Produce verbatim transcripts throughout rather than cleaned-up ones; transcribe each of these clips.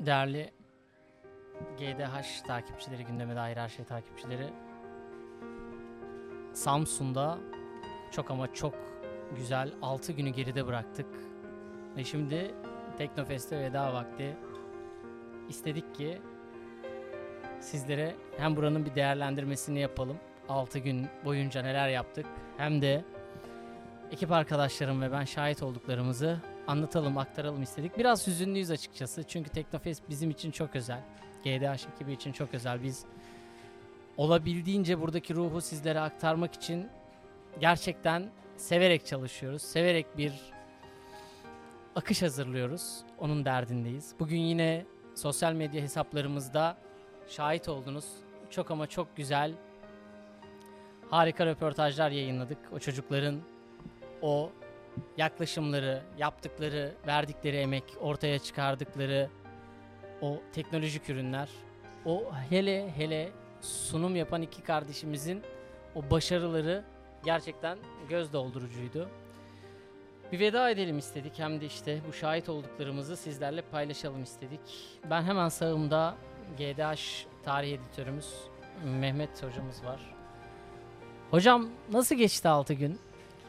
Değerli G D H takipçileri, gündeme dair her şey takipçileri, Samsun'da çok ama çok güzel altı günü geride bıraktık. Ve şimdi Teknofest'e veda vakti. İstedik ki sizlere hem buranın bir değerlendirmesini yapalım. altı gün boyunca neler yaptık, hem de ekip arkadaşlarım ve ben şahit olduklarımızı anlatalım, aktaralım istedik. Biraz hüzünlüyüz açıkçası. Çünkü Teknofest bizim için çok özel. G D H ekibi için çok özel. Biz olabildiğince buradaki ruhu sizlere aktarmak için gerçekten severek çalışıyoruz. Severek bir akış hazırlıyoruz. Onun derdindeyiz. Bugün yine sosyal medya hesaplarımızda şahit oldunuz. Çok ama çok güzel, harika röportajlar yayınladık. O çocukların o yaklaşımları, yaptıkları, verdikleri emek, ortaya çıkardıkları o teknolojik ürünler, o hele hele sunum yapan iki kardeşimizin o başarıları gerçekten göz doldurucuydu. Bir veda edelim istedik, hem de işte bu şahit olduklarımızı sizlerle paylaşalım istedik. Ben hemen sağımda G D H tarih editörümüz Mehmet hocamız var. Hocam, nasıl geçti altı gün?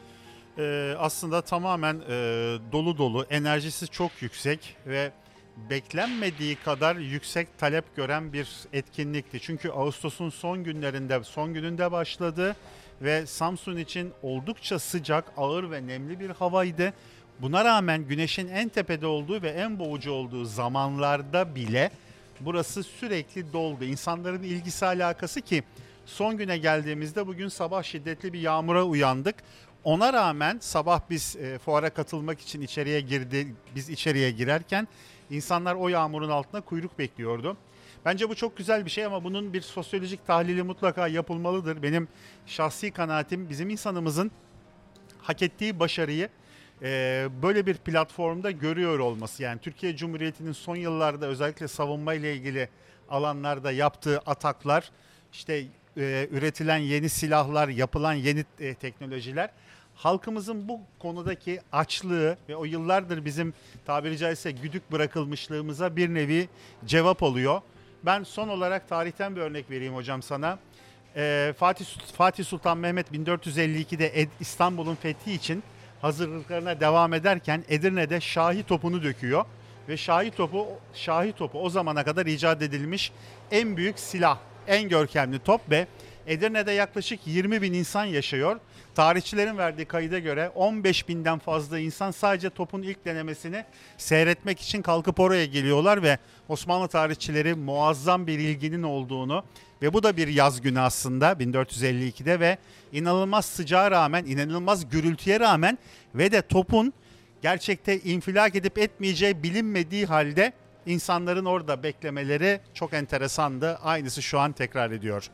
Ee, aslında tamamen e, dolu dolu, enerjisi çok yüksek ve beklenmediği kadar yüksek talep gören bir etkinlikti. Çünkü Ağustos'un son günlerinde, son gününde başladı ve Samsun için oldukça sıcak, ağır ve nemli bir havaydı. Buna rağmen güneşin en tepede olduğu ve en boğucu olduğu zamanlarda bile burası sürekli doldu. İnsanların ilgisi, alakası ki son güne geldiğimizde bugün sabah şiddetli bir yağmura uyandık. Ona rağmen sabah biz e, fuara katılmak için içeriye girdi, biz içeriye girerken insanlar o yağmurun altında kuyruk bekliyordu. Bence bu çok güzel bir şey ama bunun bir sosyolojik tahlili mutlaka yapılmalıdır. Benim şahsi kanaatim, bizim insanımızın hak ettiği başarıyı e, böyle bir platformda görüyor olması. Yani Türkiye Cumhuriyeti'nin son yıllarda özellikle savunma ile ilgili alanlarda yaptığı ataklar, işte e, üretilen yeni silahlar, yapılan yeni e, teknolojiler, halkımızın bu konudaki açlığı ve o yıllardır bizim tabiri caizse güdük bırakılmışlığımıza bir nevi cevap oluyor. Ben son olarak tarihten bir örnek vereyim hocam sana. Ee, Fatih, Fatih Sultan Mehmet bin dört yüz elli ikide İstanbul'un fethi için hazırlıklarına devam ederken Edirne'de Şahi topunu döküyor ve Şahi topu Şahi topu o zamana kadar icat edilmiş en büyük silah, en görkemli top ve Edirne'de yaklaşık yirmi bin insan yaşıyor. Tarihçilerin verdiği kayıda göre on beş binden fazla insan sadece topun ilk denemesini seyretmek için kalkıp oraya geliyorlar ve Osmanlı tarihçileri muazzam bir ilginin olduğunu ve bu da bir yaz günü aslında bin dört yüz elli ikide ve inanılmaz sıcağa rağmen, inanılmaz gürültüye rağmen ve de topun gerçekte infilak edip etmeyeceği bilinmediği halde insanların orada beklemeleri çok enteresandı. Aynısı şu an tekrar ediyor.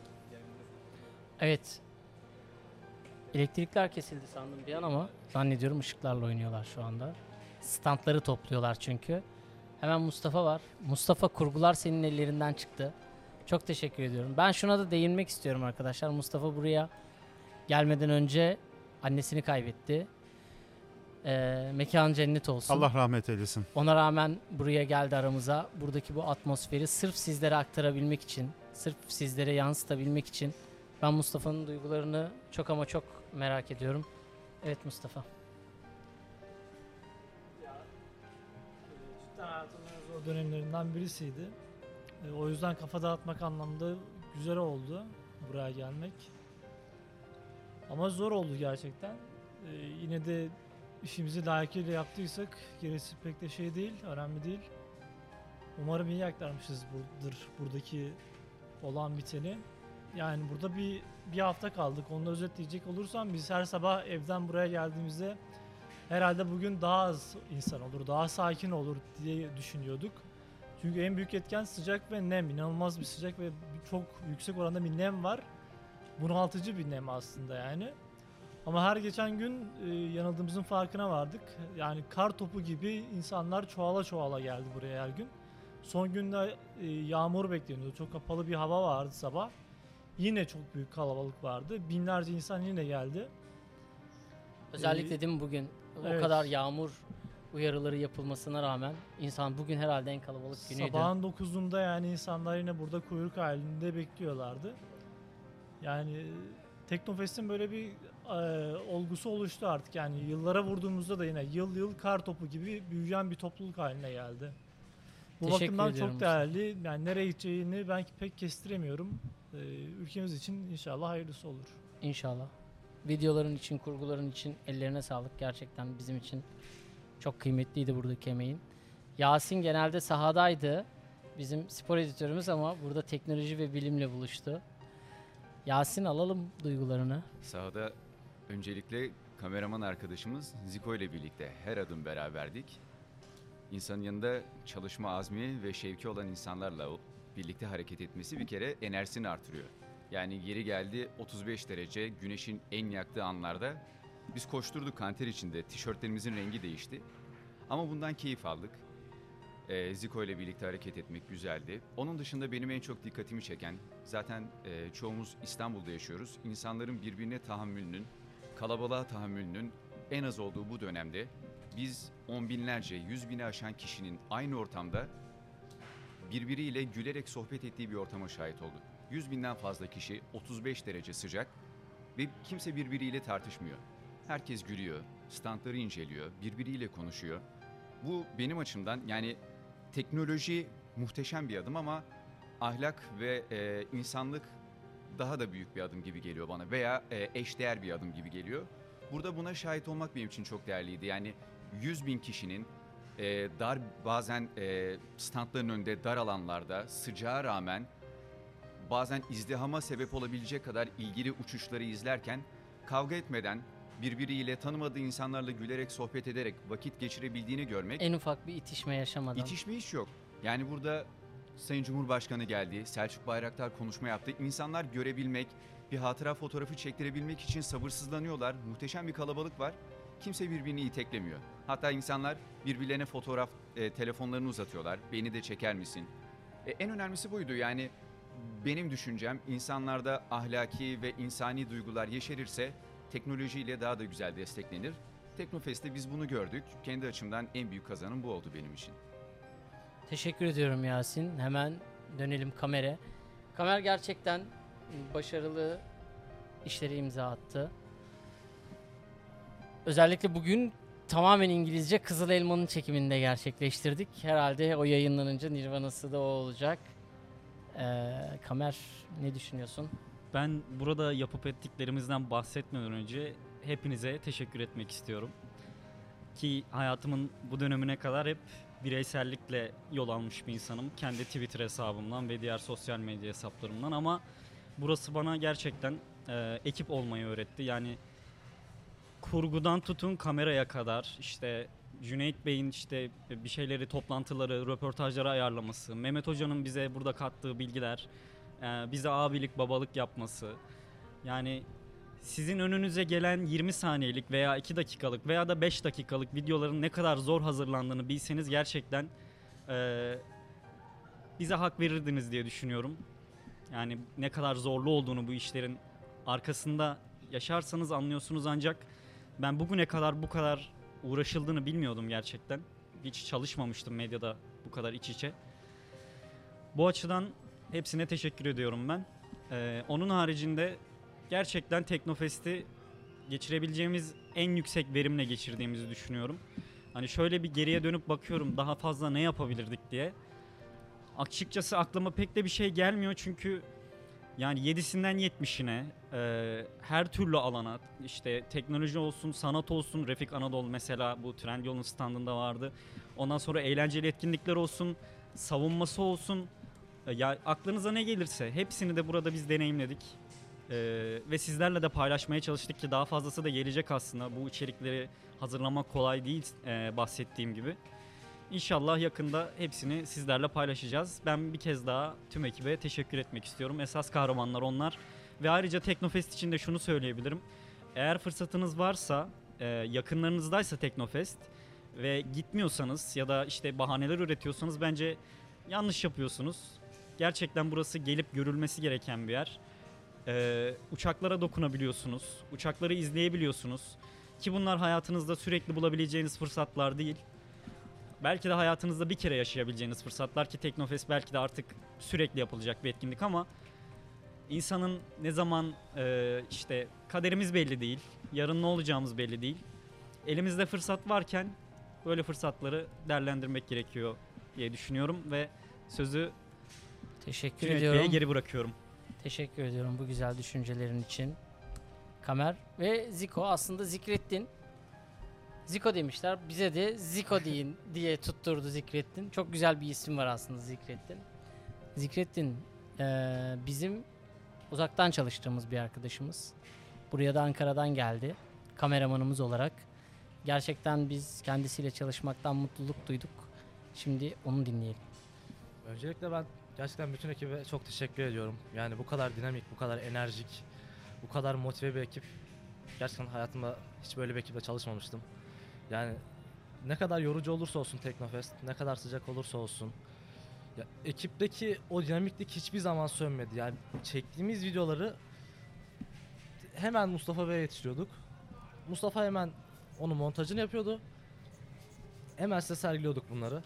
Evet. Elektrikler kesildi sandım bir an ama zannediyorum ışıklarla oynuyorlar şu anda. Standları topluyorlar çünkü. Hemen Mustafa var. Mustafa, kurgular senin ellerinden çıktı. Çok teşekkür ediyorum. Ben şuna da değinmek istiyorum arkadaşlar. Mustafa buraya gelmeden önce annesini kaybetti. Ee, mekan cennet olsun. Allah rahmet eylesin. Ona rağmen buraya geldi aramıza. Buradaki bu atmosferi sırf sizlere aktarabilmek için, sırf sizlere yansıtabilmek için ben Mustafa'nın duygularını çok ama çok merak ediyorum. Evet Mustafa. Ya, e, cidden hayatımın en zor dönemlerinden birisiydi. E, o yüzden kafa dağıtmak anlamda güzel oldu buraya gelmek. Ama zor oldu gerçekten. E, yine de işimizi layıkıyla yaptıysak gerisi pek de şey değil, önemli değil. Umarım iyi aktarmışızdır buradaki olan biteni. Yani burada bir bir hafta kaldık. Onu özetleyecek olursam biz her sabah evden buraya geldiğimizde herhalde bugün daha az insan olur, daha sakin olur diye düşünüyorduk. Çünkü en büyük etken sıcak ve nem. İnanılmaz bir sıcak ve çok yüksek oranda bir nem var. Bunaltıcı bir nem aslında yani. Ama her geçen gün e, yanıldığımızın farkına vardık. Yani kar topu gibi insanlar çoğala çoğala geldi buraya her gün. Son günde e, yağmur bekleniyordu. Çok kapalı bir hava vardı sabah. Yine çok büyük kalabalık vardı. Binlerce insan yine geldi. Özellikle Ee, değil mi bugün? O evet. kadar yağmur uyarıları yapılmasına rağmen insan bugün herhalde en kalabalık günüydü. Sabahın dokuzunda yani insanlar yine burada kuyruk halinde bekliyorlardı. Yani Teknofest'in böyle bir e, olgusu oluştu artık. Yani yıllara vurduğumuzda da yine yıl yıl kar topu gibi büyüyen bir topluluk haline geldi. Bu Teşekkür bakımdan ediyorum çok değerli. Yani nereye gideceğini ben pek kestiremiyorum. E, ülkemiz için inşallah hayırlısı olur. İnşallah. Videoların için, kurguların için ellerine sağlık. Gerçekten bizim için çok kıymetliydi buradaki emeğin. Yasin genelde sahadaydı. Bizim spor editörümüz ama burada teknoloji ve bilimle buluştu. Yasin, alalım duygularını. Sahada öncelikle kameraman arkadaşımız Ziko ile birlikte her adım beraberdik. İnsanın yanında çalışma azmi ve şevki olan insanlarla birlikte hareket etmesi bir kere enerjisini artırıyor. Yani yeri geldi otuz beş derece güneşin en yaktığı anlarda biz koşturduk kanter içinde, tişörtlerimizin rengi değişti. Ama bundan keyif aldık. Ee, Ziko ile birlikte hareket etmek güzeldi. Onun dışında benim en çok dikkatimi çeken, zaten e, çoğumuz İstanbul'da yaşıyoruz. İnsanların birbirine tahammülünün, kalabalığa tahammülünün en az olduğu bu dönemde biz on binlerce, yüz bini aşan kişinin aynı ortamda birbiriyle gülerek sohbet ettiği bir ortama şahit olduk. yüz binden fazla kişi, otuz beş derece sıcak ve kimse birbiriyle tartışmıyor. Herkes gülüyor, standları inceliyor, birbiriyle konuşuyor. Bu benim açımdan yani teknoloji muhteşem bir adım ama ahlak ve e, insanlık daha da büyük bir adım gibi geliyor bana veya e, eşdeğer bir adım gibi geliyor. Burada buna şahit olmak benim için çok değerliydi. Yani yüz bin kişinin e, dar bazen e, standların önünde dar alanlarda sıcağa rağmen bazen izdihama sebep olabilecek kadar ilgili uçuşları izlerken kavga etmeden birbiriyle tanımadığı insanlarla gülerek sohbet ederek vakit geçirebildiğini görmek. En ufak bir itişme yaşamadan. İtişme hiç yok. Yani burada Sayın Cumhurbaşkanı geldi, Selçuk Bayraktar konuşma yaptı. İnsanlar görebilmek, bir hatıra fotoğrafı çektirebilmek için sabırsızlanıyorlar. Muhteşem bir kalabalık var. Kimse birbirini iteklemiyor. Hatta insanlar birbirlerine fotoğraf e, telefonlarını uzatıyorlar. Beni de çeker misin? E, en önemlisi buydu. Yani benim düşüncem insanlarda ahlaki ve insani duygular yeşerirse teknolojiyle daha da güzel desteklenir. Teknofest'te biz bunu gördük. Kendi açımdan en büyük kazanım bu oldu benim için. Teşekkür ediyorum Yasin. Hemen dönelim Kamer'e. Kamer gerçekten başarılı işleri imza attı. Özellikle bugün tamamen İngilizce Kızıl Elma'nın çekimini de gerçekleştirdik. Herhalde o yayınlanınca Nirvana'sı da o olacak. Ee, Kamer, ne düşünüyorsun? Ben burada yapıp ettiklerimizden bahsetmeden önce hepinize teşekkür etmek istiyorum. Ki hayatımın bu dönemine kadar hep bireysellikle yol almış bir insanım. Kendi Twitter hesabımdan ve diğer sosyal medya hesaplarımdan ama burası bana gerçekten e, ekip olmayı öğretti. Yani kurgudan tutun kameraya kadar işte Cüneyt Bey'in işte bir şeyleri, toplantıları, röportajları ayarlaması, Mehmet Hoca'nın bize burada kattığı bilgiler, e, bize abilik, babalık yapması. Yani sizin önünüze gelen yirmi saniyelik veya iki dakikalık veya da beş dakikalık videoların ne kadar zor hazırlandığını bilseniz gerçekten e, bize hak verirdiniz diye düşünüyorum. Yani ne kadar zorlu olduğunu bu işlerin arkasında yaşarsanız anlıyorsunuz ancak ben bugüne kadar bu kadar uğraşıldığını bilmiyordum gerçekten. Hiç çalışmamıştım medyada bu kadar iç içe. Bu açıdan hepsine teşekkür ediyorum ben. Ee, onun haricinde gerçekten Teknofest'i geçirebileceğimiz en yüksek verimle geçirdiğimizi düşünüyorum. Hani şöyle bir geriye dönüp bakıyorum daha fazla ne yapabilirdik diye. Açıkçası aklıma pek de bir şey gelmiyor çünkü yani yedisinden yetmişine e, her türlü alana işte teknoloji olsun, sanat olsun, Refik Anadolu mesela bu Trendyol'un standında vardı. Ondan sonra eğlenceli etkinlikler olsun, savunması olsun. E, ya aklınıza ne gelirse hepsini de burada biz deneyimledik. E, ve sizlerle de paylaşmaya çalıştık ki daha fazlası da gelecek aslında. Bu içerikleri hazırlamak kolay değil e, bahsettiğim gibi. İnşallah yakında hepsini sizlerle paylaşacağız. Ben bir kez daha tüm ekibe teşekkür etmek istiyorum. Esas kahramanlar onlar. Ve ayrıca Teknofest için de şunu söyleyebilirim. Eğer fırsatınız varsa, e, yakınlarınızdaysa Teknofest ve gitmiyorsanız ya da işte bahaneler üretiyorsanız bence yanlış yapıyorsunuz. Gerçekten burası gelip görülmesi gereken bir yer. E, uçaklara dokunabiliyorsunuz, uçakları izleyebiliyorsunuz. Ki bunlar hayatınızda sürekli bulabileceğiniz fırsatlar değil. belki de hayatınızda bir kere yaşayabileceğiniz fırsatlar ki Teknofest belki de artık sürekli yapılacak bir etkinlik ama insanın ne zaman e, işte kaderimiz belli değil, yarın ne olacağımız belli değil. Elimizde fırsat varken böyle fırsatları değerlendirmek gerekiyor diye düşünüyorum ve sözü Teşekkür Cüneyt ediyorum. Bey'e geri bırakıyorum. Teşekkür ediyorum bu güzel düşüncelerin için. Kamer ve Ziko aslında Zikrettin. Ziko demişler. Bize de Ziko deyin diye tutturdu Zikrettin. Çok güzel bir isim var aslında Zikrettin. Zikrettin eee, bizim uzaktan çalıştığımız bir arkadaşımız. Buraya da Ankara'dan geldi. Kameramanımız olarak. Gerçekten biz kendisiyle çalışmaktan mutluluk duyduk. Şimdi onu dinleyelim. Öncelikle ben gerçekten bütün ekibe çok teşekkür ediyorum. Yani bu kadar dinamik, bu kadar enerjik, bu kadar motive bir ekip. Gerçekten hayatımda hiç böyle bir ekiple çalışmamıştım. Yani ne kadar yorucu olursa olsun Teknofest, ne kadar sıcak olursa olsun. Ya, ekipteki o dinamiklik hiçbir zaman sönmedi. Yani çektiğimiz videoları hemen Mustafa Bey'e yetiştiriyorduk. Mustafa hemen onun montajını yapıyordu. Hemen size sergiliyorduk bunları.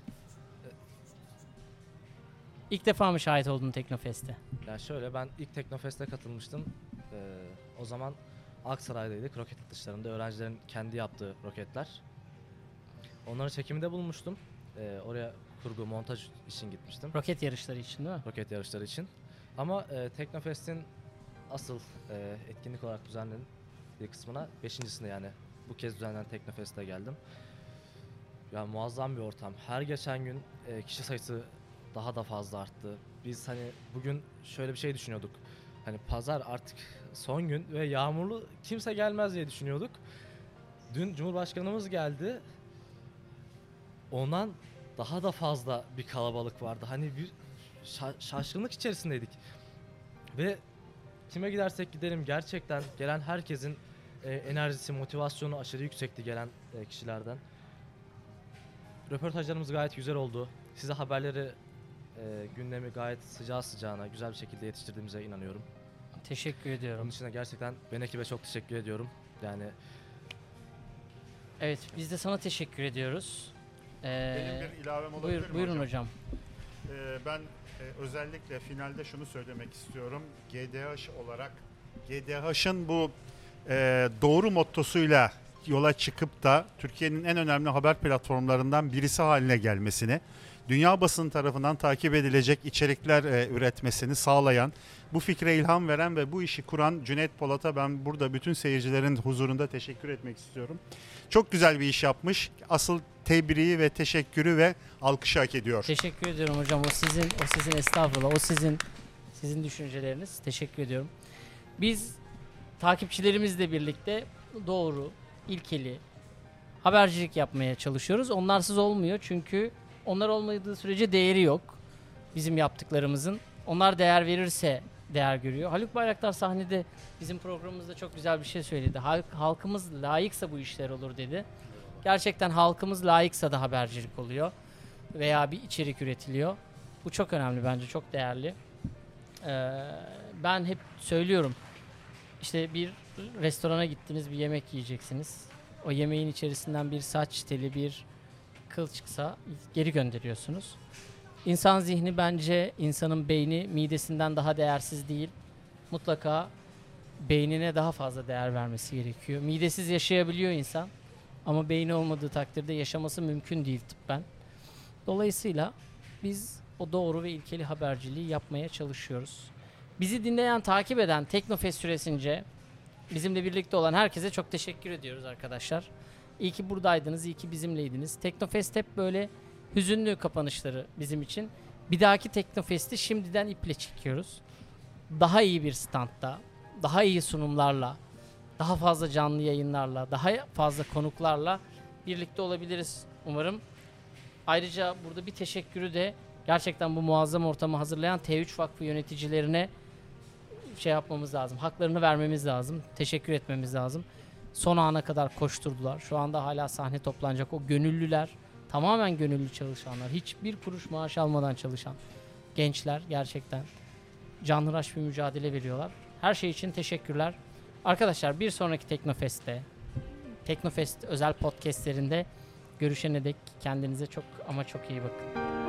İlk defa mı şahit oldun Teknofest'e? Yani şöyle, ben ilk Teknofest'e katılmıştım. Ee, o zaman Aksaray'daydık. Roket atışlarında öğrencilerin kendi yaptığı roketler. Onların çekiminde bulunmuştum. Ee, oraya kurgu, montaj için gitmiştim. Roket yarışları için değil mi? Roket yarışları için. Ama e, Teknofest'in asıl e, etkinlik olarak düzenlenen bir kısmına, beşincisinde yani bu kez düzenlenen Teknofest'e geldim. Yani muazzam bir ortam. Her geçen gün e, kişi sayısı daha da fazla arttı. Biz hani bugün şöyle bir şey düşünüyorduk. Hani pazar artık son gün ve yağmurlu, kimse gelmez diye düşünüyorduk. Dün Cumhurbaşkanımız geldi. Ondan daha da fazla bir kalabalık vardı. Hani bir şa- şaşkınlık içerisindeydik. Ve kime gidersek gidelim gerçekten gelen herkesin e, enerjisi, motivasyonu aşırı yüksekti gelen e, kişilerden. Röportajlarımız gayet güzel oldu. Size haberleri, e, gündemi gayet sıcağı sıcağına, güzel bir şekilde yetiştirdiğimize inanıyorum. Teşekkür ediyorum. Onun için de gerçekten ben ekibe çok teşekkür ediyorum. Yani Evet, biz de sana teşekkür ediyoruz. Ee, Benim bir ilavem olabilir buyur, mi buyurun hocam? hocam. Ee, ben e, özellikle finalde şunu söylemek istiyorum. G D H olarak G D H'ın bu e, doğru mottosuyla yola çıkıp da Türkiye'nin en önemli haber platformlarından birisi haline gelmesini, dünya basını tarafından takip edilecek içerikler e, üretmesini sağlayan, bu fikre ilham veren ve bu işi kuran Cüneyt Polat'a ben burada bütün seyircilerin huzurunda teşekkür etmek istiyorum. Çok güzel bir iş yapmış. Asıl tebriği ve teşekkürü ve alkışı hak ediyor. Teşekkür ediyorum hocam. O sizin, o sizin estağfurullah. O sizin, sizin düşünceleriniz. Teşekkür ediyorum. Biz takipçilerimizle birlikte doğru, ilkeli habercilik yapmaya çalışıyoruz. Onlarsız olmuyor çünkü onlar olmadığı sürece değeri yok bizim yaptıklarımızın. Onlar değer verirse değer görüyor. Haluk Bayraktar sahnede bizim programımızda çok güzel bir şey söyledi. Halk, halkımız layıksa bu işler olur dedi. Gerçekten halkımız layıksa da habercilik oluyor veya bir içerik üretiliyor. Bu çok önemli bence, çok değerli. Ee, ben hep söylüyorum. İşte bir restorana gittiniz, bir yemek yiyeceksiniz. O yemeğin içerisinden bir saç teli, bir kıl çıksa geri gönderiyorsunuz. İnsan zihni bence, insanın beyni midesinden daha değersiz değil. Mutlaka beynine daha fazla değer vermesi gerekiyor. Midesiz yaşayabiliyor insan ama beyni olmadığı takdirde yaşaması mümkün değil tıbben. Dolayısıyla biz o doğru ve ilkeli haberciliği yapmaya çalışıyoruz. Bizi dinleyen, takip eden Teknofest süresince bizimle birlikte olan herkese çok teşekkür ediyoruz arkadaşlar. İyi ki buradaydınız, iyi ki bizimleydiniz. Teknofest hep böyle hüzünlü kapanışları bizim için. Bir dahaki Teknofest'i şimdiden iple çekiyoruz. Daha iyi bir standta, daha iyi sunumlarla, daha fazla canlı yayınlarla, daha fazla konuklarla birlikte olabiliriz umarım. Ayrıca burada bir teşekkürü de gerçekten bu muazzam ortamı hazırlayan T üç Vakfı yöneticilerine şey yapmamız lazım. Haklarını vermemiz lazım. Teşekkür etmemiz lazım. Son ana kadar koşturdular. Şu anda hala sahne toplanacak o gönüllüler, tamamen gönüllü çalışanlar, hiçbir kuruş maaş almadan çalışan gençler gerçekten canhıraş bir mücadele veriyorlar. Her şey için teşekkürler. Arkadaşlar bir sonraki Teknofest'te, Teknofest özel podcastlerinde Görüşene dek kendinize çok ama çok iyi bakın.